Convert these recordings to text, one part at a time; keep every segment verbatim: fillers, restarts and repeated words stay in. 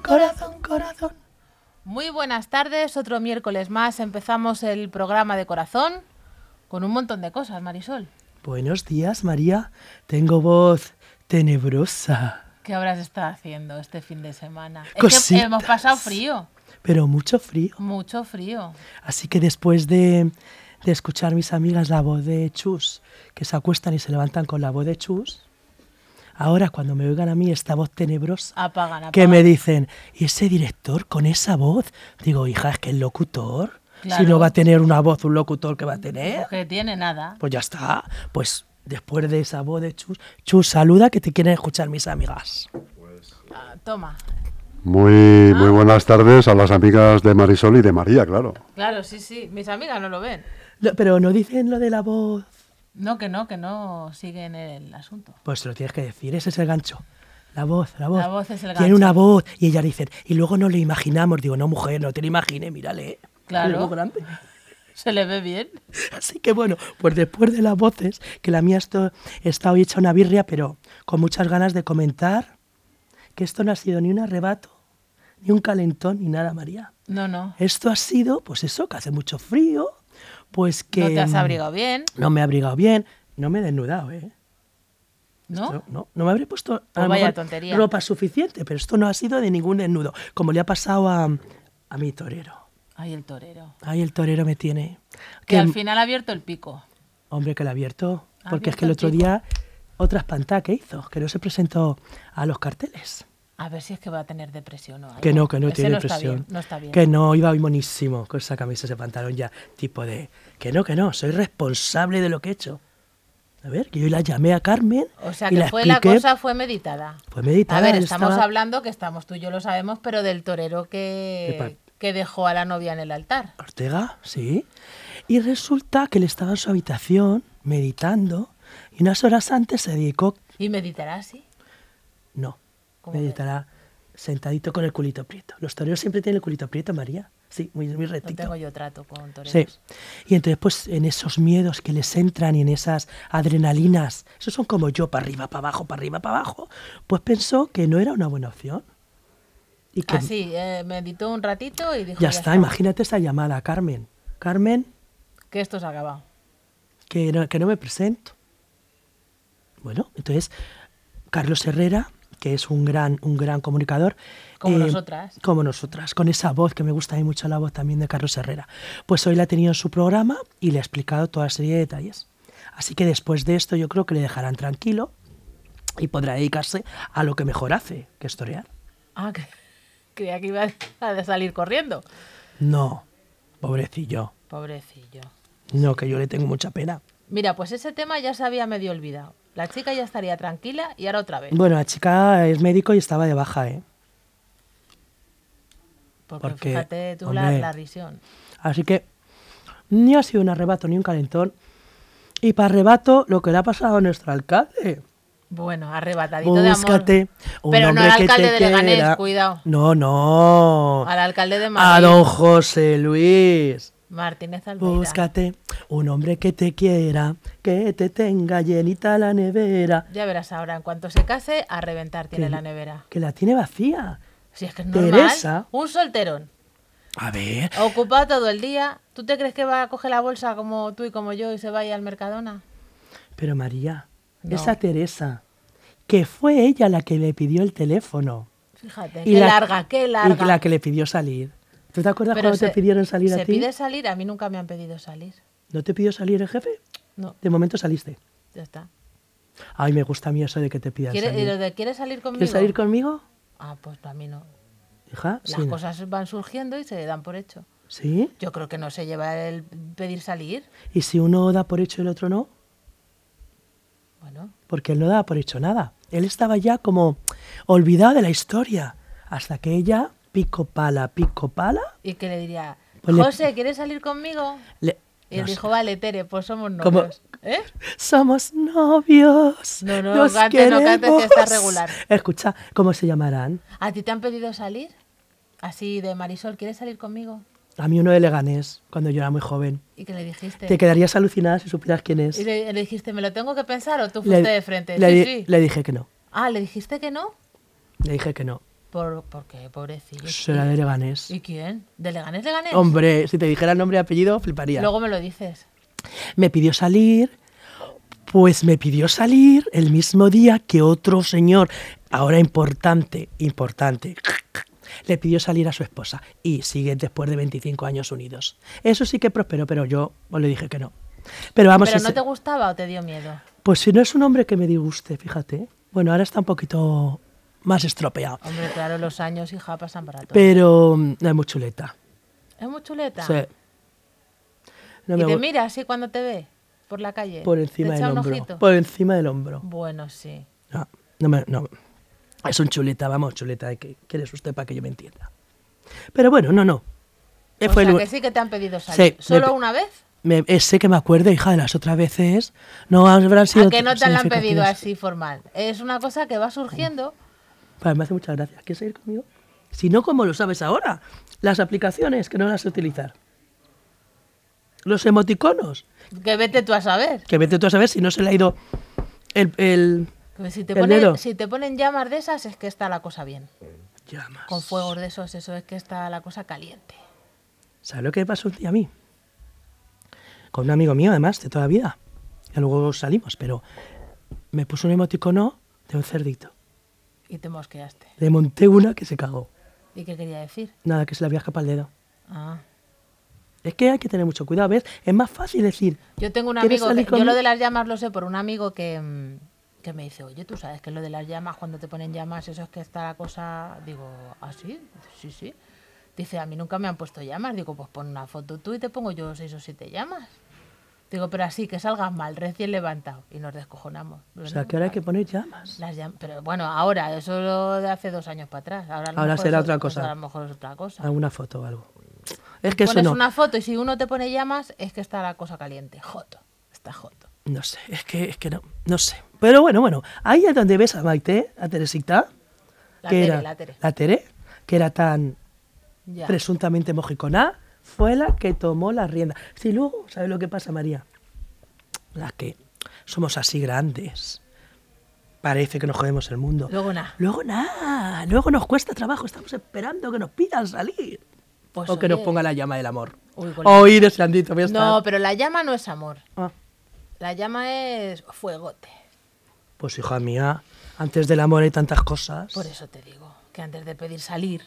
corazón, corazón. Muy buenas tardes, otro miércoles más empezamos el programa de Corazón con un montón de cosas, Marisol. Buenos días, María. Tengo voz tenebrosa. ¿Qué habrás estado haciendo este fin de semana? Cositas. Es que hemos pasado frío. Pero mucho frío. Mucho frío. Así que después de, de escuchar mis amigas la voz de Chus, que se acuestan y se levantan con la voz de Chus, ahora cuando me oigan a mí esta voz tenebrosa, Apagan, apagan. que me dicen, ¿y ese director con esa voz? Digo, hija, es que el locutor, Claro. si no va a tener una voz, un locutor que va a tener, Que tiene nada. pues ya está. Pues después de esa voz de Chus, Chus, saluda que te quieren escuchar mis amigas. Ah, toma. Muy, muy buenas tardes a las amigas de Marisol y de María, claro. Claro, sí, sí. Mis amigas no lo ven. No, pero no dicen lo de la voz. No, que no, que no siguen el asunto. Pues te lo tienes que decir, ese es el gancho. La voz, la voz. La voz es el Tiene gancho. una voz. Y ellas dicen, y luego no le imaginamos. Digo, no, mujer, no te lo imagines, mírale. Claro. Es muy grande. ¿Se le ve bien? Así que bueno, pues después de las voces, que la mía esto, está hoy hecha una birria, pero con muchas ganas de comentar que esto no ha sido ni un arrebato, ni un calentón, ni nada, María. No, no. Esto ha sido, pues eso, que hace mucho frío, pues que... No te has abrigado bien, No me he abrigado bien, no me he desnudado, ¿eh? ¿no? Esto no, no me habré puesto a Pues lo vaya mejor tontería. ropa suficiente, pero esto no ha sido de ningún desnudo, como le ha pasado a, a mi torero. Ay, el torero. Ay, el torero me tiene... Que al final ha abierto el pico. Hombre, que lo ha abierto, Ha porque es abierto que el el otro pico. día otra espantada que hizo, que no se presentó a los carteles. A ver si es que va a tener depresión o algo. Que no, que no Ese tiene no está depresión. bien, no está bien. Que no, iba hoy monísimo con esa camisa, ese pantalón ya, tipo de... Que no, que no, soy responsable de lo que he hecho. A ver, que yo la llamé a Carmen O sea, y que la fue la expliqué. cosa fue meditada. Fue meditada, A ver, él estamos estaba- hablando que estamos tú y yo lo sabemos, pero del torero que, Epa. que dejó a la novia en el altar. Ortega, sí. Y resulta que él estaba en su habitación meditando y unas horas antes se dedicó... ¿Y meditará así? No, ¿Cómo meditará sentadito con el culito prieto. Los toreros siempre tienen el culito prieto, María. Sí, muy, muy No rectito. tengo yo trato con toreros. Sí. Y entonces, pues, en esos miedos que les entran y en esas adrenalinas, esos son como yo, para arriba, para abajo, para arriba, para abajo, pues pensó que no era una buena opción. Y que Así, eh, meditó un ratito y dijo, ya está, imagínate esa llamada, Carmen. Carmen, que esto se ha acabado. que no, que no me presento. Bueno, entonces, Carlos Herrera, que es un gran, un gran comunicador. Como nosotras. Como nosotras, con esa voz, que me gusta a mí mucho la voz también de Carlos Herrera. Pues hoy la ha tenido en su programa y le ha explicado toda serie de detalles. Así que después de esto yo creo que le dejarán tranquilo y podrá dedicarse a lo que mejor hace, que es torear. Ah, que, creía que iba a salir corriendo. No, pobrecillo. Pobrecillo. No, que yo le tengo mucha pena. Mira, pues ese tema ya se había medio olvidado. La chica ya estaría tranquila y ahora otra vez. Bueno, la chica es médico y estaba de baja, ¿eh? Porque, porque, fíjate tú la, hombre, la risión. Así que ni ha sido un arrebato ni un calentón. Y para arrebato, lo que le ha pasado a nuestro alcalde. Bueno, arrebatadito de amor. Búscate un Pero no hombre al que alcalde te de Leganés, quiera. cuidado. No, no. Al alcalde de A Madrid, don José Luis. Martínez Almeida. Búscate un hombre que te quiera, que te tenga llenita la nevera. Ya verás ahora, en cuanto se case, a reventar tiene Que- la nevera. Que la tiene vacía. Si es que es normal. Teresa. Un solterón, A ver. ocupado todo el día. ¿Tú te crees que va a coger la bolsa como tú y como yo y se vaya al Mercadona? Pero María, No. esa Teresa, que fue ella la que le pidió el teléfono. Fíjate, Y qué la- larga, qué larga. Y la que le pidió salir. ¿Tú te acuerdas Pero cuando te se- pidieron salir a ¿Se ti? pide salir? A mí nunca me han pedido salir. ¿No te pidió salir el jefe? No, De momento saliste. ya está. Ay, me gusta a mí eso de que te pidan ¿Quiere, ¿Y salir. lo de quieres salir conmigo? ¿Quieres salir conmigo, Ah, pues a mí no. hija? Las Sí, no. cosas van surgiendo y se dan por hecho. ¿Sí? Yo creo que no se lleva el pedir salir. ¿Y si uno da por hecho y el otro no? Bueno, Porque él no daba por hecho nada. Él estaba ya como olvidado de la historia. Hasta que ella, pico pala, pico pala, y que le diría, Pues le- José, ¿quieres salir conmigo? le... Y él no sé. dijo, vale, Tere, pues somos ¿Cómo? novios. ¿Eh? Somos novios. No, no, nos cantes, no cantes, que está queremos. regular. Escucha, ¿cómo se llamarán? ¿A ti te han pedido salir? Así de Marisol, ¿quieres salir conmigo? A mí uno de Leganés, cuando yo era muy joven. ¿Y qué le dijiste? Te quedarías alucinada si supieras quién es. ¿Y le, le dijiste, ¿me lo tengo que pensar o tú fuiste Le, de frente? le sí, di- sí. le dije que no. Ah, ¿le dijiste que no? Le dije que no. ¿Por, ¿por qué? Pobrecillo. Será de Leganés. ¿Y quién? ¿De Leganés, Leganés? Hombre, si te dijera el nombre y apellido, fliparía. Luego me lo dices. Me pidió salir, pues me pidió salir el mismo día que otro señor, ahora importante, importante, le pidió salir a su esposa y sigue después de veinticinco años unidos. Eso sí que prosperó, pero yo pues, le dije que no. Pero vamos, ¿Pero ese, no te gustaba o te dio miedo? pues si no es un hombre que me disguste, fíjate. Bueno, ahora está un poquito más estropeado, Hombre, claro, los años, hija, pasan para todo. pero mm, no es muy chuleta. ¿Es muy chuleta? Sí. No ¿Y me te gu- mira así cuando te ve por la calle? por encima ¿Te del echa un hombro. ojito? Por encima del hombro. Bueno, sí. No, no, me, no. Es un chuleta, vamos, chuleta. ¿Qué quiere usted para que yo me entienda? Pero bueno, no, no. Eh, O fue sea, el- que sí que te han pedido salir. Sí, ¿Solo me- una vez? me- ese que me acuerdo, hija, de las otras veces no habrán sido ¿A que no te la han pedido significativas. así formal? Es una cosa que va surgiendo. Pues me hace muchas gracias. ¿Quieres seguir conmigo? Si no, ¿cómo lo sabes ahora? Las aplicaciones que no las sé utilizar. Los emoticonos. Que vete tú a saber. Que vete tú a saber si no se le ha ido el... el Que si, te ¿El ponen, dedo? si te ponen llamas de esas, es que está la cosa bien. llamas. Con fuegos de esos, eso es que está la cosa caliente. ¿Sabes lo que me pasó un día a mí? Con un amigo mío, además, de toda la vida. Que luego salimos, pero me puso un emoticono de un cerdito. Y te mosqueaste. Le monté una que se cagó. ¿Y qué quería decir? Nada, que se le había escapado el dedo. Ah. Es que hay que tener mucho cuidado, ¿ves? Es más fácil decir... Yo tengo un ¿Quieres amigo, que, salir yo conmigo? lo de las llamas lo sé por un amigo que, mm, que me dice, oye, tú sabes que lo de las llamas, cuando te ponen llamas, eso es que está la cosa... Digo, ¿ah, sí? Sí, sí. Dice, a mí nunca me han puesto llamas. Digo, pues pon una foto tú y te pongo yo seis o siete llamas. Digo, pero así, que salgas mal, recién levantado. Y nos descojonamos. O sea, que ahora hay que poner llamas. Las llam- pero bueno, ahora, eso lo de hace dos años para atrás. Ahora, a lo Ahora mejor será es- otra pues cosa. a lo mejor es otra cosa. Alguna foto o algo. Es que eso Pones no... una foto y si uno te pone llamas, es que está la cosa caliente. Joto, está joto. No sé, es que, es que no, no sé. Pero bueno, bueno, ahí es donde ves a Maite, a Teresita, La que Tere, era la Tere. la Tere, que era tan Ya. presuntamente mojicona, fue la que tomó la rienda. Si luego, ¿sabes lo que pasa, María? Las que somos así grandes, parece que nos jodemos el mundo. Luego nada. Luego nada, luego nos cuesta trabajo, estamos esperando que nos pidan salir. Pues, o que nos oye, ponga la llama del amor. Uy, con la- Oí de Sandito, voy a estar. No, pero la llama no es amor. Ah, La llama es fuegote. pues hija mía, antes del amor hay tantas cosas. Por eso te digo, que antes de pedir salir.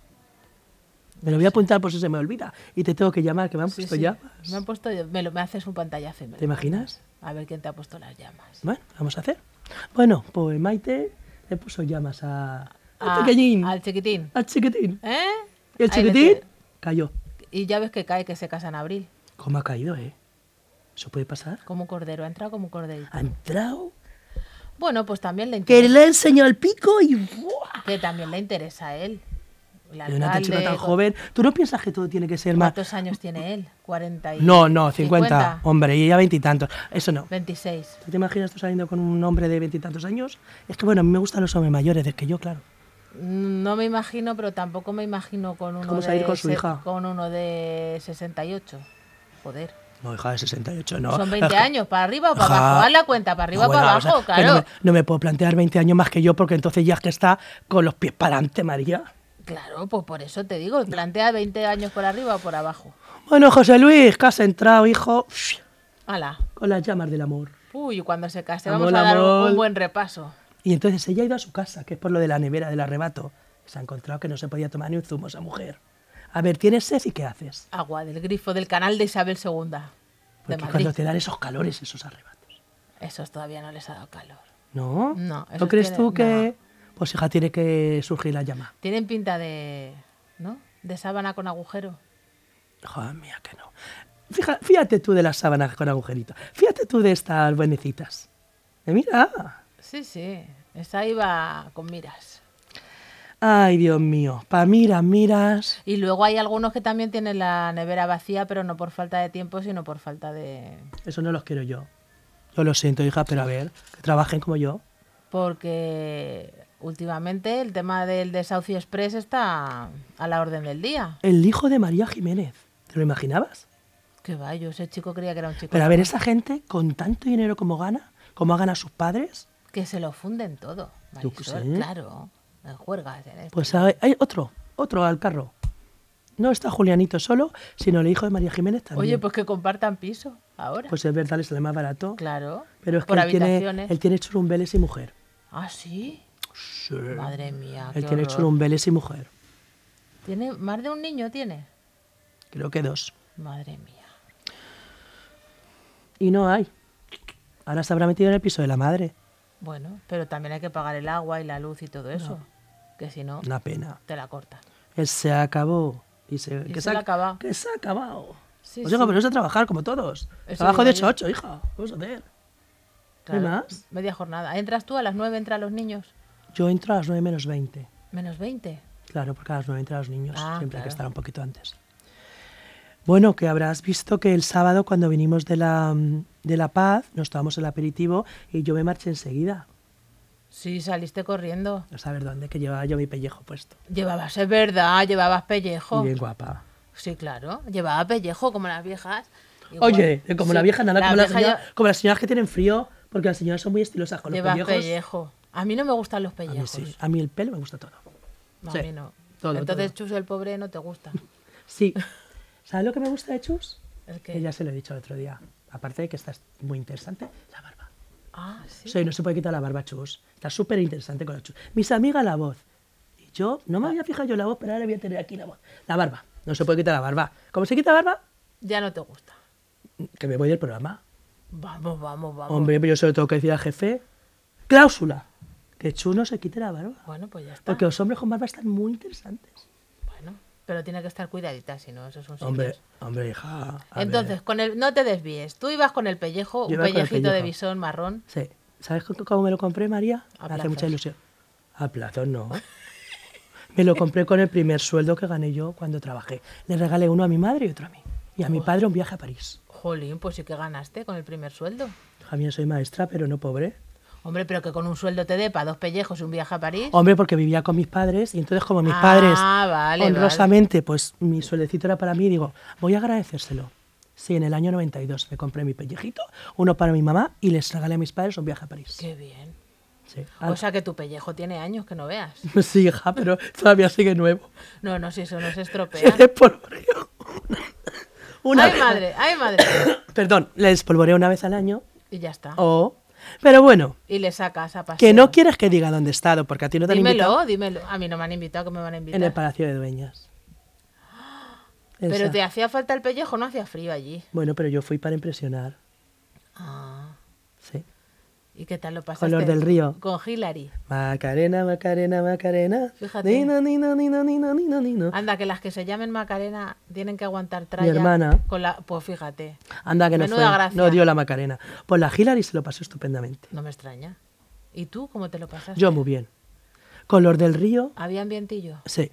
Me lo voy a apuntar por si se me olvida. Y te tengo que llamar, que me han Sí, puesto sí. llamas. Me han puesto, me, lo, me haces un pantallazo y me ¿Te lo imaginas? mandas. A ver quién te ha puesto las llamas. Bueno, vamos a hacer. Bueno, pues Maite le puso llamas a, al Ah, pequeñín, Al chiquitín. al chiquitín. ¿Eh? Y el Ahí le chiquitín te- cayó. Y ya ves que cae, que se casa en abril. ¿Cómo ha caído, eh? ¿Eso puede pasar? Como un cordero, ha entrado como un corderito. Ha entrado, Bueno, pues también le que interesa. le enseñó el pico y ¡buah! Que también le interesa a él. El Y una chica alcalde, tan con- joven. ¿Tú no piensas que todo tiene que ser más...? ¿Cuántos años tiene él? ¿cuarenta y No, no, cincuenta. Hombre, y ella veintitantos. Eso no. veintiséis. ¿Tú te imaginas tú saliendo con un hombre de veintitantos años? Es que, bueno, a mí me gustan los hombres mayores, del que yo, claro. No me imagino, pero tampoco me imagino con uno ¿Cómo se de va a ir con su se- hija? con uno de sesenta y ocho. Joder. No, hija de sesenta y ocho, no. Son veinte Es que- años, para arriba o para Ajá. abajo. Haz la cuenta, para arriba No, o para bueno, abajo, o sea, que claro. No me, no me puedo plantear veinte años más que yo, porque entonces ya es que está con los pies para adelante, María. Claro, pues por eso te digo, plantea veinte años por arriba o por abajo. Bueno, José Luis, que has entrado, hijo, Hala. con las llamas del amor. Uy, cuando se case Amor, vamos a dar un, amor. un buen repaso. Y entonces ella ha ido a su casa, que es por lo de la nevera del arrebato. Se ha encontrado que no se podía tomar ni un zumo esa mujer. A ver, ¿tienes sed y qué haces? Agua del grifo del canal de Isabel segunda. De Porque Madrid. cuando te dan esos calores, esos arrebatos. Esos todavía no les ha dado calor. ¿No? No, ¿No esos crees tienen- tú que...? Pues hija, tiene que surgir la llama. Tienen pinta de... ¿no? De sábana con agujero. Joder mía, que no. Fija- fíjate tú de las sábanas con agujerito. Fíjate tú de estas buenecitas. Eh, mira. Sí, sí. Esa iba con miras. Ay, Dios mío. Pa' miras, miras. Y luego hay algunos que también tienen la nevera vacía, pero no por falta de tiempo, sino por falta de... Eso no los quiero yo. Yo lo siento, hija, pero a ver, que trabajen como yo. Porque últimamente el tema del desahucio express está a la orden del día. El hijo de María Jiménez. ¿Te lo imaginabas? Que va, yo ese chico creía que era un chico... Pero a ver, esa gente, con tanto dinero como gana, como ganan sus padres, Que se lo funden todo, Yo qué Marisol, sé. claro. en juergas. En esto. Pues hay, hay otro, otro al carro. No está Julianito solo, sino el hijo de María Jiménez también. Oye, pues que compartan piso ahora. Pues es verdad, le sale más barato. Claro. Pero es que por él tiene, habitaciones. él tiene churumbeles y mujer. Ah, ¿sí? Sí. Madre mía, Él qué tiene horror. churumbeles y mujer. ¿Tiene más de un niño? ¿Tiene? Creo que dos. Madre mía. Y no hay. Ahora se habrá metido en el piso de la madre. Bueno, pero también hay que pagar el agua y la luz y todo eso. Que si no, Una pena. te la cortan. Él se acabó. Y se, Y que se ha- le ha acabado. Que se ha acabado. Sí, Pues hijo, sí. pero es a trabajar como todos. Eso Trabajo digo de ocho yo. a ocho, hija. Vamos a hacer. ¿No hay más? Media jornada. ¿Entras tú a las nueve, entran los niños? Yo entro a las nueve menos veinte. Menos veinte. Claro, porque a las nueve entran los niños. Ah, Siempre hay que claro. estar un poquito antes. Bueno, que habrás visto que el sábado cuando vinimos de la, de la Paz, nos tomamos el aperitivo y yo me marché enseguida. Sí, saliste corriendo. A saber dónde, que llevaba yo mi pellejo puesto. Llevabas, es verdad, llevabas pellejo. Y bien guapa. Sí, claro. Llevaba pellejo como las viejas. Igual. Oye, como Sí, la vieja, nada, la como, la vieja señora- lle- como las señoras que tienen frío, porque las señoras son muy estilosas con los Llevas pellejos. pellejo. A mí no me gustan los A mí pellejos. sí, a mí el pelo me gusta todo. A Sí, mí no. todo, Entonces, todo. Chus, el pobre, no te gusta. Sí. ¿Sabes lo que me gusta de Chus? El Que que... ya se lo he dicho el otro día. Aparte de que está muy interesante, la barba. Ah, sí. O sea, no se puede quitar la barba, Chus. Está súper interesante con la Chus. Mis amigas, la voz. Y yo, no me había fijado yo en la voz, pero ahora voy a tener aquí la voz. La barba. No se puede quitar la barba. ¿Cómo se quita la barba? Ya no te gusta. Que me voy del programa. Vamos, vamos, vamos. Hombre, yo se lo tengo que decir al jefe. Cláusula. Que Chus no se quite la barba. Bueno, pues ya está. Porque los hombres con barba están muy interesantes. Bueno, pero tiene que estar cuidadita, si no, esos son Hombre, sitios. hombre, hija. a Entonces, ver. con el, no te desvíes. Tú ibas con el pellejo, Yo un iba con el pellejito de pellejo. bisón marrón. Sí. ¿Sabes c- cómo me lo compré, María? A Me hace plazos. mucha ilusión. A plazo no. Me lo compré con el primer sueldo que gané yo cuando trabajé. Le regalé uno a mi madre y otro a mí. Y a mi padre un viaje a París. Jolín, pues sí que ganaste con el primer sueldo. También soy maestra, pero no pobre. Hombre, pero que con un sueldo te dé para dos pellejos y un viaje a París. Hombre, porque vivía con mis padres y entonces como mis Ah, padres vale, honrosamente, pues mi sueldecito era para mí, digo, voy a agradecérselo. Sí, en el año noventa y dos me compré mi pellejito, uno para mi mamá y les regalé a mis padres un viaje a París. Qué bien. Sí, O sea que tu pellejo tiene años que no veas. sí, hija, pero todavía sigue nuevo. No, no, si eso no se Se estropea. despolvoreo. Una ¡Ay, vez- madre! ¡Ay, madre! Perdón, le despolvoreo una vez al año. Y ya está. O... Pero bueno, Y le sacas a paseo. que no quieres que diga dónde he estado, porque a ti no te han invitado Dímelo, dímelo. A mí no me han invitado, que me van a invitar. en el Palacio de Dueñas. Pero Esa. te hacía falta el pellejo, no hacía frío allí. Bueno, pero yo fui para impresionar. Ah. Sí. ¿Y qué tal lo pasaste? Color del río. Con Hillary. Macarena, Macarena, Macarena. Fíjate. Nino, nino, nino, nino, nino, nino. Anda, que las que se llamen Macarena tienen que aguantar tralla. hermana. Con la... Pues fíjate. Anda, que no Menuda fue. gracia. No dio la Macarena. Pues la Hillary se lo pasó estupendamente. No me extraña. ¿Y tú cómo te lo pasaste? Yo muy bien. Color del río, ¿Había ambientillo? sí.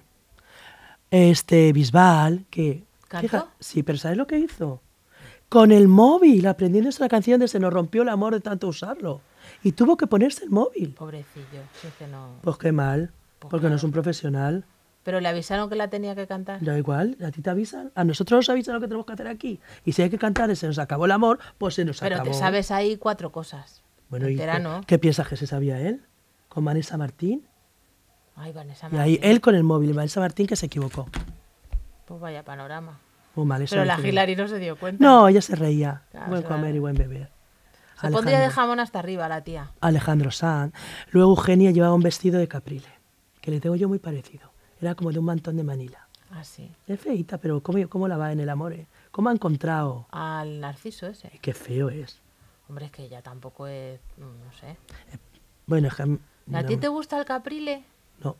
Este, Bisbal, que... ¿Cantó? fija- sí, pero ¿sabes lo que hizo? Con el móvil, aprendiéndose la canción de Se nos rompió el amor de tanto usarlo. Y tuvo que ponerse el móvil. Pobrecillo. Si es que no... Pues qué mal, Pues porque no claro. es un profesional. Pero le avisaron que la tenía que cantar. Da igual, a ti te avisan. A nosotros nos avisan lo que tenemos que hacer aquí. Y si hay que cantar y se nos acabó el amor, pues se nos Pero acabó. te sabes ahí cuatro cosas. Bueno, ¿y Entera qué, no. qué piensas que se sabía él? Con Vanessa Martín. Ay, Vanessa Y ahí Martín. él con el móvil, Vanessa Martín que se equivocó. Pues vaya panorama. Muy mal, eso Pero me la equivoqué. Hillary no se dio cuenta. No, ella se reía. Claro, buen se comer la- y buen beber. Se pondría de Alejandro, jamón hasta arriba la tía. Alejandro Sanz. Luego Eugenia llevaba un vestido de caprile, que le tengo yo muy parecido. Era como de un mantón de Manila. Así. Es feita, pero ¿cómo, cómo la va en el amor? eh? ¿Cómo ha encontrado? Al Narciso ese. Ay, qué feo es. Hombre, es que ella tampoco es... mm, No sé. Bueno, es que... ¿A no, ti te gusta el caprile? no.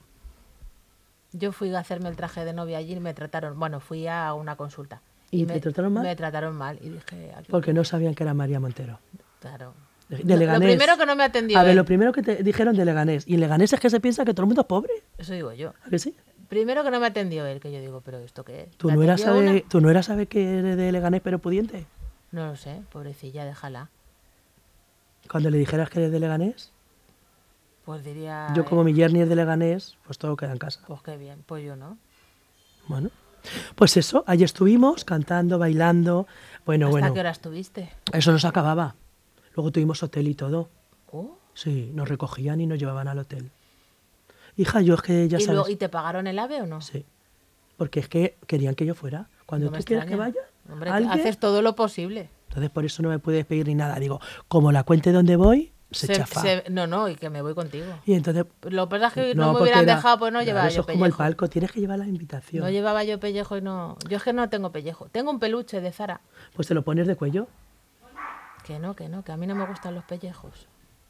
Yo fui a hacerme el traje de novia allí y me trataron... Bueno, fui a una consulta. ¿Y me, te trataron mal? Me trataron mal. Y dije... Aquí, Porque no sabían que era María Montero. Claro. De, de Lo- Leganés. Lo primero que no me atendió A ver, él. lo primero que te dijeron de Leganés. Y en Leganés es que se piensa que todo el mundo es pobre. Eso digo yo. ¿A que sí? Primero que no me atendió él, que yo digo, ¿pero esto qué es? ¿Tú ¿Me no, eras atendió sabe, una? ¿Tú no eras sabe que eres de Leganés pero pudiente? No lo sé, pobrecilla, déjala. Cuando le dijeras que eres de Leganés, Pues diría... yo como eh, mi yerni es de Leganés, pues todo queda en casa. Pues qué bien, pues yo no. Bueno, pues eso, allí estuvimos cantando, bailando. Bueno, ¿Hasta bueno, qué hora estuviste? eso nos acababa. Luego tuvimos hotel y todo. Oh, Sí, nos recogían y nos llevaban al hotel. Hija, yo es que ya ¿Y, sabes. luego, ¿Y te pagaron el AVE o no? Sí. Porque es que querían que yo fuera. Cuando No me tú quieres que extraña. vaya, Hombre, alguien... haces todo lo posible. Entonces por eso no me puedes pedir ni nada. Digo, como la cuente donde voy, se, Se- chafa. se- no, no, y que me voy contigo. Y entonces... Lo que pasa es que no, me porque hubieran era- dejado, pues no claro, llevaba eso yo es como el pellejo. palco, tienes que llevar la invitación. No llevaba yo pellejo y no... Yo es que no tengo pellejo. Tengo un peluche de Zara. Pues te lo pones de cuello. Que no, que no, que a mí no me gustan los pellejos.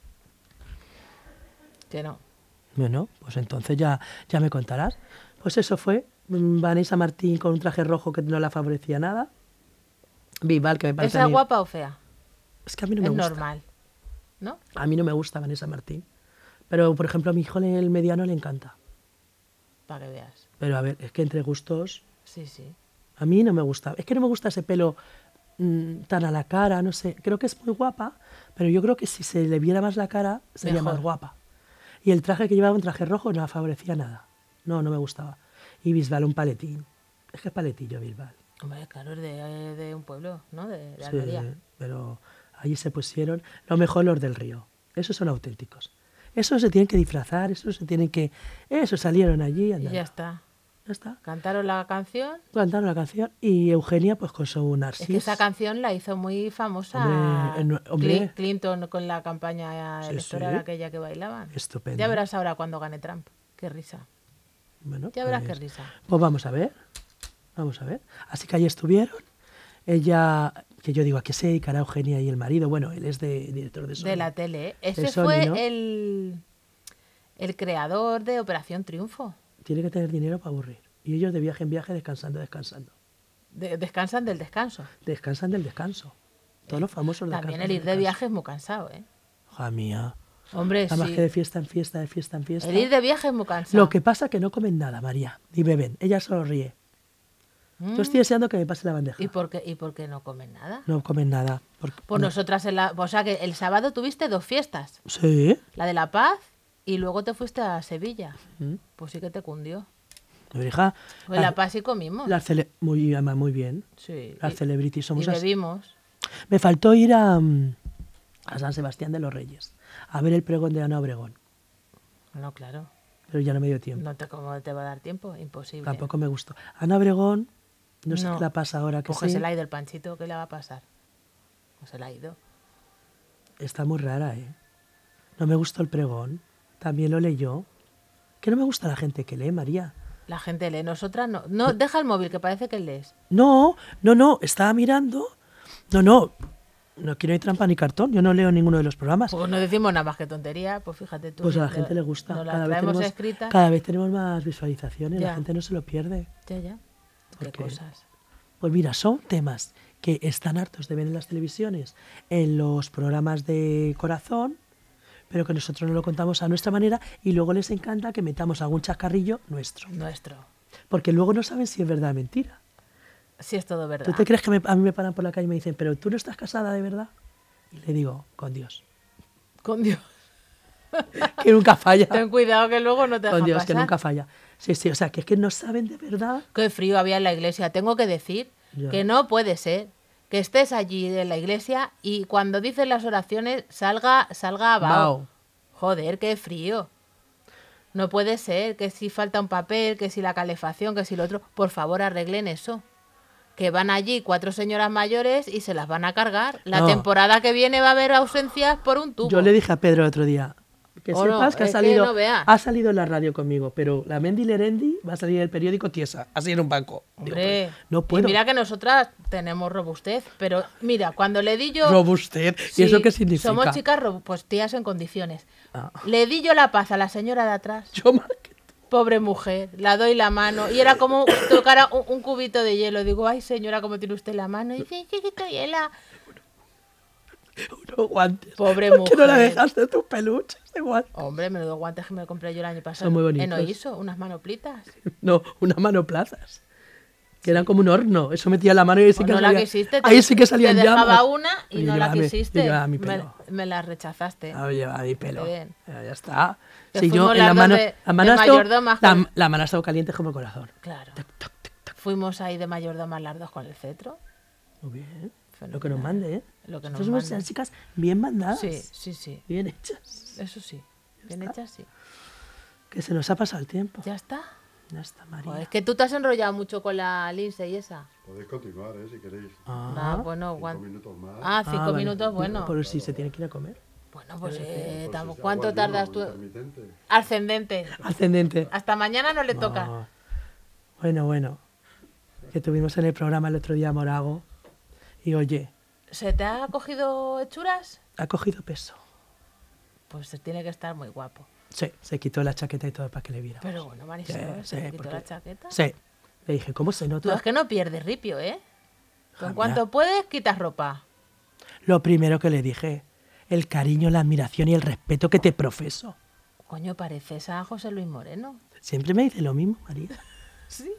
Que no. Bueno, pues entonces ya, ya me contarás. Pues eso fue. mm, Vanessa Martín con un traje rojo que no la favorecía nada. Bisbal, que me parece ¿Esa a mí... guapa o fea? Es que a mí no me Es gusta. normal. ¿No? A mí no me gusta Vanessa Martín. Pero, por ejemplo, a mi hijo le- el mediano le encanta. Para que veas. Pero, a ver, es que entre gustos... Sí, sí. A mí no me gusta. Es que no me gusta ese pelo mm, tan a la cara, no sé. Creo que es muy guapa, pero yo creo que si se le viera más la cara, sería Mejor. más guapa. Y el traje que llevaba, un traje rojo, no la favorecía nada. No, no me gustaba. Y Bisbal, un paletín. Es que es paletillo, Bisbal. Hombre, claro, es de, de un pueblo, ¿no? De, de Sí, Almería. pero allí se pusieron lo mejor los del río. Esos son auténticos. Esos se tienen que disfrazar, esos se tienen que... Esos salieron allí. Y Andaban. ya está. Ya está. Cantaron la canción. Cantaron la canción y Eugenia pues con su Narcis. Es que esa canción la hizo muy famosa Hombre, en- hombre. Cli- Clinton con la campaña Sí, electoral sí. aquella que bailaban. Estupendo. Ya verás ahora cuando gane Trump. Qué risa. Bueno, Ya verás pues, qué risa. Pues vamos a ver. Vamos a ver. Así que allí estuvieron. Ella, que yo digo, ¿a qué se dedicará Eugenia y el marido? Bueno, él es de, director de Sony. De la tele. ¿eh? Ese Sony, fue ¿no? el, el creador de Operación Triunfo. Tiene que tener dinero para aburrir. Y ellos de viaje en viaje, descansando, descansando. De- descansan del descanso. Descansan del descanso. Todos los famosos También descansan el del ir de descanso. viaje es muy cansado, ¿eh? Hija mía. Hombre, Nada más sí. que de fiesta en fiesta, de fiesta en fiesta. El ir de viaje es muy cansado. Lo que pasa es que no comen nada, María. Ni beben. Ella solo ríe. Mm. Yo estoy deseando que me pase la bandeja. ¿Y por qué, ¿Y por qué no comen nada? No comen nada. Porque, Pues no. nosotras, en la, o sea que el sábado tuviste dos fiestas. Sí. La de La Paz y luego te fuiste a Sevilla. Mm. Pues sí que te cundió. Pero, hija, Pues en las- La Paz sí comimos. las cele- muy, ama, muy bien. Sí. Las y, celebrities somos y así. bebimos. Me faltó ir a, mm, a San Sebastián de los Reyes a ver el pregón de Ana Obregón. No, claro. Pero ya no me dio tiempo. No te, ¿Cómo te va a dar tiempo? Imposible. Tampoco me gustó. Ana Obregón, no sé No. qué la pasa ahora. Que Pues que sí, se le ha ido el panchito, ¿qué le va a pasar? Pues se le ha ido. está muy rara, ¿eh? No me gustó el pregón. También lo leyó. Que no me gusta la gente que lee, María. La gente lee, nosotras no. No, deja el móvil, que parece que lees. No, no, no, estaba mirando. No, no, no quiero ni trampa ni cartón. Yo no leo ninguno de los programas. Pues no decimos nada más que tontería, pues fíjate tú. Pues a la Lo- gente le gusta. Nos la Cada vez, traemos tenemos, escrita. cada vez tenemos más visualizaciones. Ya. La gente no se lo pierde. Ya, ya. Qué ¿Por qué? cosas. Pues mira, son temas que están hartos de ver en las televisiones, en los programas de corazón, pero que nosotros no lo contamos a nuestra manera y luego les encanta que metamos algún chascarrillo nuestro. Nuestro. Porque luego no saben si es verdad o mentira. Sí, es todo verdad. ¿Tú te crees que me- a mí me paran por la calle y me dicen, pero tú no estás casada de verdad? Y le digo, con Dios. Con Dios. Que nunca falla. Ten cuidado que luego no te dejan Con Dios, pasar. que nunca falla. Sí, sí, o sea, que es que no saben de verdad. Qué frío había en la iglesia. Tengo que decir Ya. que no puede ser que estés allí en la iglesia y cuando dices las oraciones salga, salga abajo. Bao. Joder, qué frío. No puede ser que si falta un papel, que si la calefacción, que si lo otro. Por favor, arreglen eso. Que van allí cuatro señoras mayores y se las van a cargar. La No. temporada que viene va a haber ausencias por un tubo. Yo le dije a Pedro el otro día que Oh, no, sepas que ha es que salido, no vea. ha salido en la radio conmigo, pero la Mendy Lerendi va a salir en el periódico Tiesa, así en un banco. Digo, Hombre, pues, no puedo. y mira que nosotras tenemos robustez, pero mira, cuando le di yo... Robustez. Sí, ¿Y eso qué significa? Somos chicas robu- pues tías en condiciones. Ah. Le di yo la paz a la señora de atrás. Yo más que tú. Pobre mujer, la doy la mano. Y era como tocar un, un cubito de hielo. Digo, ay señora, ¿cómo tiene usted la mano? Y dice, chiquito hiela. Unos guantes. Pobre ¿Por qué no la mujer. dejaste tus peluches de guantes? Hombre, menudo guantes que me compré yo el año pasado. Son muy bonitos. En Oiso, unas manoplitas. No, una mano plazas. Que eran como un horno. Eso metía la mano y ahí sí O que no la salía- quisiste. te- ahí sí que salían Te dejaba llamas. una y Yo no la llevaba mi- quisiste. Yo llevaba mi me, pelo. me la rechazaste. Ah, llevaba mi pelo. Qué bien. Ya, ya está. Que Si yo fuimos en la las mano, dos de- la mano de ha estado- mayordomas la, con- la mano ha estado caliente como el corazón. Claro. Tac, tac, tac, tac. Fuimos ahí de mayordomas las dos con el cetro. Muy bien. Fenomenal. Lo que nos mande, ¿eh? Lo que nos Nosotros somos mande. unas chicas bien mandadas. Sí, sí, sí. Bien hechas. Eso sí. Bien está. hechas, sí. Que se nos ha pasado el tiempo. ¿Ya está? Ya está, María. Joder, es que tú te has enrollado mucho con la Lindsay y esa. Podéis continuar, ¿eh? Si queréis. Ah, Ah, bueno, Cinco guan- minutos más. Ah, cinco ah, vale. minutos, bueno. Por si se tiene que ir a comer. Bueno, pues Pues eh, si tam- se ¿cuánto hago ayuno tardas tú? intermitente. Ascendente. Ascendente. Hasta mañana no le toca. Ah, bueno, bueno. Que tuvimos en el programa el otro día a Morago. Y oye, ¿Se te ha cogido hechuras? ha cogido peso. Pues se tiene que estar muy guapo. Sí, se quitó la chaqueta y todo para que le viera. Pero bueno, Marisol, Sí, ¿se sí, te quitó porque- la chaqueta? Sí. Le dije, ¿cómo se Tú nota? es que no pierdes ripio, ¿eh? Tú en Ah, cuanto mira. puedes, quitas ropa. Lo primero que le dije, el cariño, la admiración y el respeto que te profeso. Coño, pareces a José Luis Moreno. Siempre me dice lo mismo, María. Sí.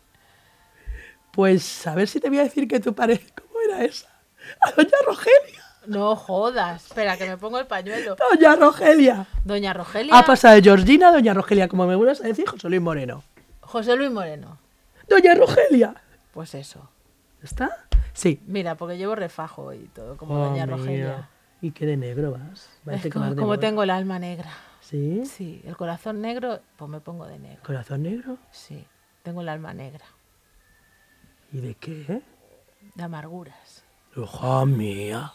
Pues a ver si te voy a decir que tú pareces. ¿Cómo era esa? A doña Rogelia. No jodas. Espera, que me pongo el pañuelo. Doña Rogelia. Doña Rogelia. Ha pasado de Georgina a doña Rogelia, como me vuelves a decir, José Luis Moreno. José Luis Moreno. Doña Rogelia. Pues eso. ¿Está? Sí. Mira, porque llevo refajo y todo, como Oh, Doña mía. Rogelia. ¿Y qué de negro vas? Es Parece que como, vas de como moda. tengo el alma negra. ¿Sí? Sí, el corazón negro, pues me pongo de negro. ¿Corazón negro? Sí, tengo el alma negra. ¿Y de qué? De amarguras. Hija mía.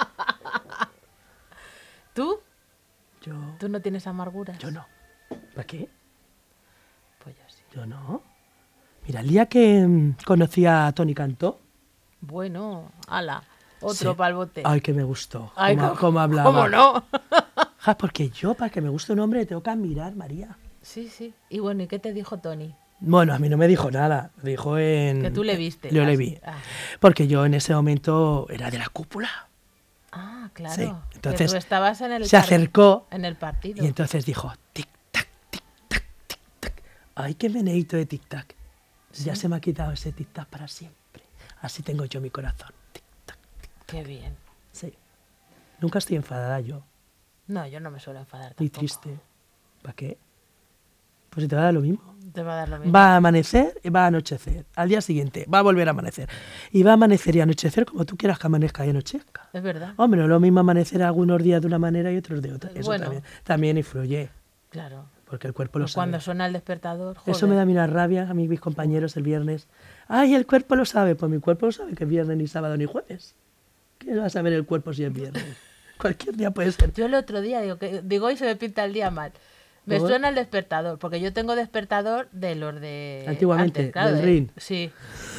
¿Tú? Yo, ¿Tú no tienes amarguras? yo no. ¿Para qué? Pues yo sí. Yo no. Mira, el día que mm, conocí a Tony Cantó. Bueno, ala, otro sí. pa'l bote. Ay, que me gustó. Ay, cómo, co- cómo hablaba. ¿Cómo no? Ja, porque yo, para que me guste un hombre, le tengo que admirar, María. Sí, sí. Y bueno, ¿y qué te dijo Tony? Bueno, a mí no me dijo nada. Me dijo en... Que tú le viste. Yo le Así. vi. Ah, Porque yo en ese momento era de la cúpula. Ah, claro. Sí, Que entonces tú estabas en el se par- acercó en el partido. y entonces dijo, tic-tac, tic-tac, tic-tac. Ay, qué meneíto de tic-tac. Ya Sí. se me ha quitado ese tic-tac para siempre. Así tengo yo mi corazón. Tic-tac. Qué bien. Sí. Nunca estoy enfadada yo, No, yo no me suelo enfadar ni tampoco. triste. ¿Para qué? Pues si te va a dar lo mismo. Te va a dar lo mismo. Va a amanecer y va a anochecer. Al día siguiente va a volver a amanecer. Y va a amanecer y anochecer como tú quieras que amanezca y anochezca. Es verdad. Hombre, no es lo mismo amanecer algunos días de una manera y otros de otra. Eso Bueno. también, también influye, Claro. porque el cuerpo lo Pues sabe. cuando suena el despertador, joder. Eso me da a mí una rabia a mí, mis compañeros el viernes. Ay, el cuerpo lo sabe. Pues mi cuerpo lo sabe que es viernes, ni sábado, ni jueves. ¿Qué va a saber el cuerpo si es viernes? Cualquier día puede ser. Yo el otro día digo que digo y se me pinta el día mal. Me ¿Cómo? suena el despertador, porque yo tengo despertador de los de... Antiguamente, del de- ring. Sí.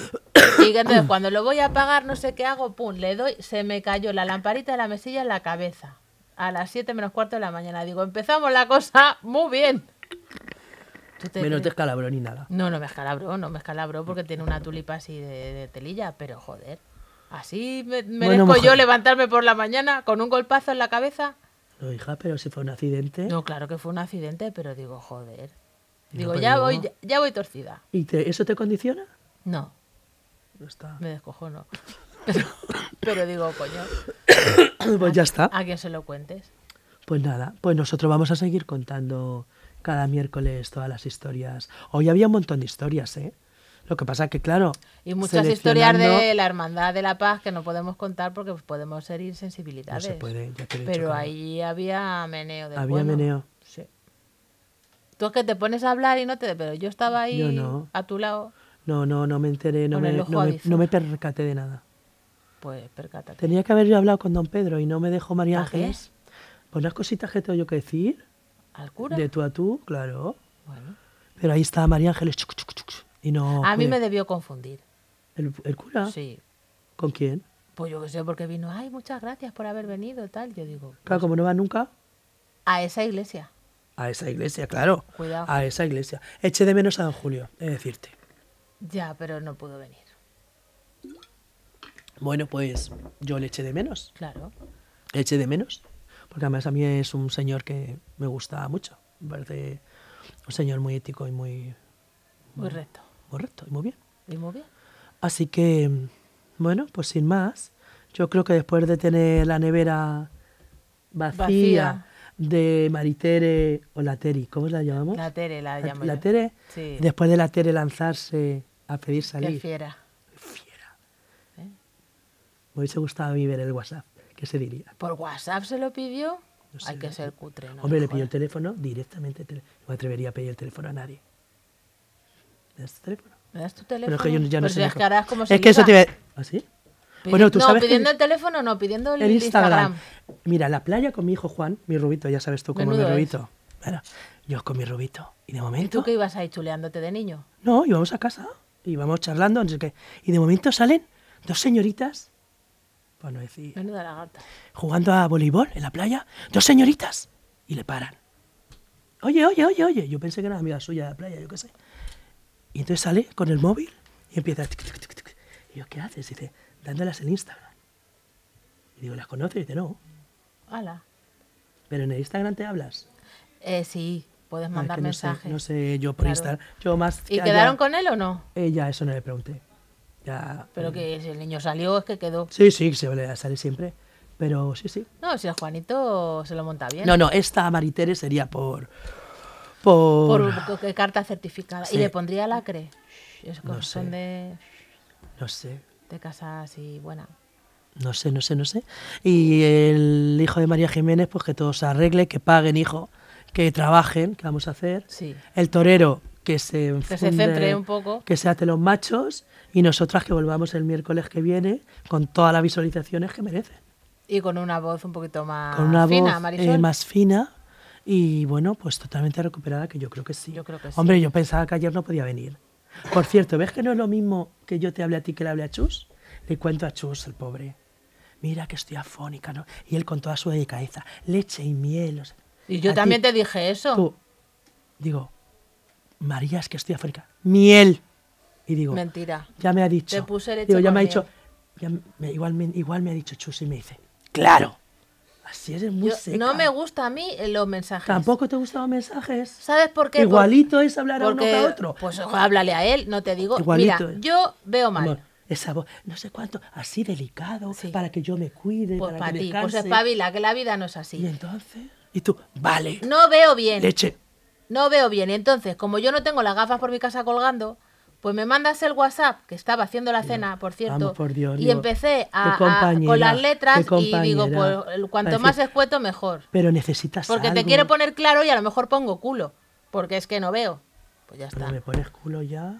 Y que entonces cuando lo voy a apagar, no sé qué hago, pum, le doy, se me cayó la lamparita de la mesilla en la cabeza. A las siete menos cuarto de la mañana. Digo, empezamos la cosa muy bien. ¿Tú te Menos crees? te escalabró ni nada. No, no me escalabró, no me escalabró porque tiene una tulipa así de, de telilla, pero joder. ¿Así me, merezco mujer. yo levantarme por la mañana con un golpazo en la cabeza? No, hija, pero si fue un accidente. No, claro que fue un accidente, pero digo, joder. No, Digo, pero ya no. voy, ya, ya voy torcida. ¿Y te- eso te condiciona? No, No está. me descojono. Pero, pero digo, coño, Pues ya está. a quien se lo cuentes. Pues nada, pues nosotros vamos a seguir contando cada miércoles todas las historias. Hoy había un montón de historias, ¿eh? Lo que pasa que, claro... Y muchas historias seleccionando- de la Hermandad de la Paz que no podemos contar porque podemos herir No sensibilidades. se puede, ya te he dicho Pero que no. ahí había meneo de Había meneo. Sí. Tú es que te pones a hablar y no te... Pero yo estaba ahí Yo no. a tu lado, No, no, no me enteré, no Con me, el ojo no, me, avizor. no me percaté de nada. pues percátate. Tenía que haber yo hablado con don Pedro y no me dejó María ¿Para qué? Ángeles. Pues unas cositas que tengo yo que decir, ¿Al cura? de tú a tú, claro. Bueno. Pero ahí estaba María Ángeles, chuc, chuc, chuc, chuc, y no... A mí pude. me debió confundir. ¿El, el cura? Sí. ¿Con quién? Pues yo qué sé, porque vino, ay, muchas gracias por haber venido y tal. Yo digo, Claro, como no va nunca a esa iglesia. a esa iglesia, claro. Cuidado. A esa iglesia. Eché de menos a don Julio, he de decirte. Ya, pero no pudo venir. Bueno, pues yo le eché de menos. Claro. Le eché de menos. Porque además a mí es un señor que me gusta mucho. Me parece un señor muy ético y muy, Muy recto. muy recto y muy bien. Y muy bien. Así que, bueno, pues sin más, yo creo que después de tener la nevera vacía, Vacía. de Maritere o la Teri, ¿cómo la llamamos? La Tere la La- llamo la yo. Tere, Sí. después de la Tere lanzarse a pedir Qué salir. fiera. Fiera. ¿Eh? Me hubiese gustado a mí ver el WhatsApp, ¿qué se diría? ¿Por WhatsApp se lo pidió? No Hay sé, que no- ser cutre, ¿no? Hombre, le Joder. pidió el teléfono directamente. tele- No me atrevería a pedir el teléfono a nadie. ¿Me das tu teléfono? ¿Me das tu Bueno, teléfono? es que yo ya no Pero sé si ni es cómo- que ahora es como Es se que eso te liga. iba a- ¿Ah, sí? Pidi- Bueno, tú no, sabes que pidiendo el teléfono no, pidiendo el, el Instagram. Instagram. Mira, la playa con mi hijo Juan, mi rubito, ya sabes tú cómo es mi Menudo es. rubito. Bueno, yo con mi rubito. Y de ¿Y momento... tú qué ibas ahí chuleándote de niño? No, íbamos a casa, íbamos charlando, no sé qué. Y de momento salen dos señoritas, para no decir, Menuda la gata. jugando a voleibol en la playa, dos señoritas, y le paran. Oye, oye, oye, oye. Yo pensé que era una amiga suya de la playa, yo qué sé. Y entonces sale con el móvil y empieza... tic, tic, tic, tic. Y yo, ¿qué haces? Y dice, dándolas el Instagram. Y digo, ¿las conoces? Y dice, no. Hala. Pero en el Instagram te hablas. Eh, sí, puedes Ah, es mandar que no sé, mensajes. no sé, yo por Claro. Instagram. Yo más ¿Y que quedaron haya- con él o no? Ella, eso no le pregunté. Ya. Pero que si el niño salió es que quedó. Sí, sí, se le sale siempre. Pero sí, sí. No, si el Juanito se lo monta bien. No, no, esta Maritere sería por. Por. Por co- carta certificada. Sí. Y le pondría lacre. Es No cosas son sé. de, No sé. de casa así buena. No sé, no sé, no sé. Y el hijo de María Jiménez, pues que todo se arregle, que paguen, hijo, que trabajen, que vamos a hacer. Sí. El torero, que se Que se enfunde, centre un poco. que se ate los machos. Y nosotras que volvamos el miércoles que viene con todas las visualizaciones que merecen. Y con una voz un poquito más Con una fina, voz Marisol. eh, más fina y bueno, pues totalmente recuperada, que yo creo que sí. Yo creo que sí. Hombre, yo pensaba que ayer no podía venir. Por cierto, ¿ves que no es lo mismo que yo te hable a ti que le hable a Chus? Le cuento a Chus, el pobre. Mira que estoy afónica, ¿no? Y él con toda su delicadeza, leche y miel. o sea, Y yo a también ti, te dije eso. Tú, digo, María, es que estoy afónica. Miel. Y digo, Mentira. ya me ha dicho. Te puse leche Digo, ya con me ha miel. dicho, ya me- igual, me, igual me ha dicho Chus y me dice, claro. Así eres muy Yo- seca. no me gusta a mí eh, los mensajes. ¿Tampoco te gustan los mensajes? ¿Sabes por qué? Igualito es hablar a uno Porque, que a otro. Pues háblale a él, no te digo. Igualito, Mira, eh. yo veo mal. Amor, esa voz, no sé cuánto, así delicado, Sí. para que yo me cuide, Pues para, para que ti, descanse. pues espabila, que la vida no es Y así. entonces, y tú, vale, No veo bien, leche. no veo bien. Y entonces, como yo no tengo las gafas por mi casa colgando, pues me mandas el WhatsApp, que estaba haciendo la cena, por cierto, vamos, por Dios, y digo, empecé a, qué a- compañera, con las letras qué y digo, compañera. pues el- cuanto Para más decir, escueto, mejor. Pero necesitas Porque algo. te quiero poner claro y a lo mejor pongo culo, porque es que no veo. Pues ya Pero está. me pones culo ya.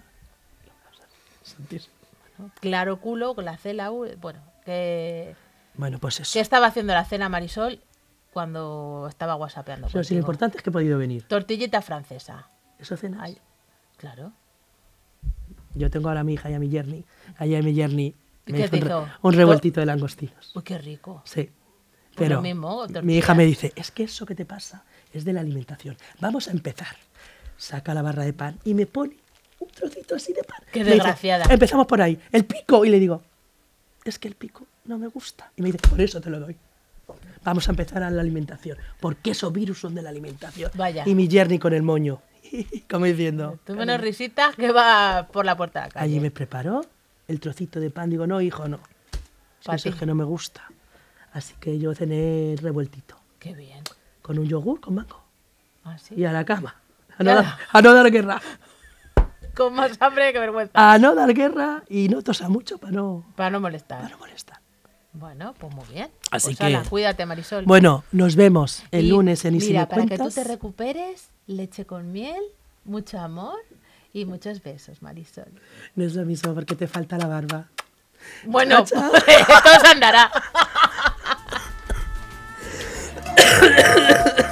Claro culo, con la C, la U, bueno, que... Bueno, pues eso. ¿Qué estaba haciendo la cena Marisol cuando estaba whatsappeando Pero si lo contigo? importante es que he podido venir. Tortillita francesa. ¿Eso cenas? Ay, claro. Yo tengo ahora a mi hija y a mi yerni. Allá a mi yerni ¿Y me qué hizo te un, re- hizo? un revueltito de langostinos. Uy, qué rico. Sí. Pues Pero lo mismo, tortilla. mi hija me dice, es que eso que te pasa es de la alimentación. Vamos a empezar. Saca la barra de pan y me pone un trocito así de pan. Qué Me dice, desgraciada. empezamos por ahí. El pico. Y le digo, es que el pico no me gusta. Y me dice, por eso te lo doy. Vamos a empezar a la alimentación. Porque esos virus son de la alimentación. Vaya. Y mi yerni con el moño. Como diciendo. Tú menos risitas que va por la puerta de la calle. Allí me preparó el trocito de pan. Digo, no, hijo, no. Es que Pa' eso es ti. que no me gusta. Así que yo cené revueltito. Qué bien. Con un yogur, con mango. ¿Ah, sí? Y a la cama. A no, Ya. dar, a no dar guerra. Con más hambre que vergüenza. A no dar guerra y no tosa mucho para no, Para no molestar. para no molestar. Bueno, pues muy bien. Así Pues que- ala, cuídate, Marisol. Bueno, nos vemos el Y, lunes en Y si Mira, me para que cuentas. tú te recuperes, leche con miel, mucho amor y muchos besos, Marisol. No es lo mismo porque te falta la barba. Bueno, Chao, todo se andará.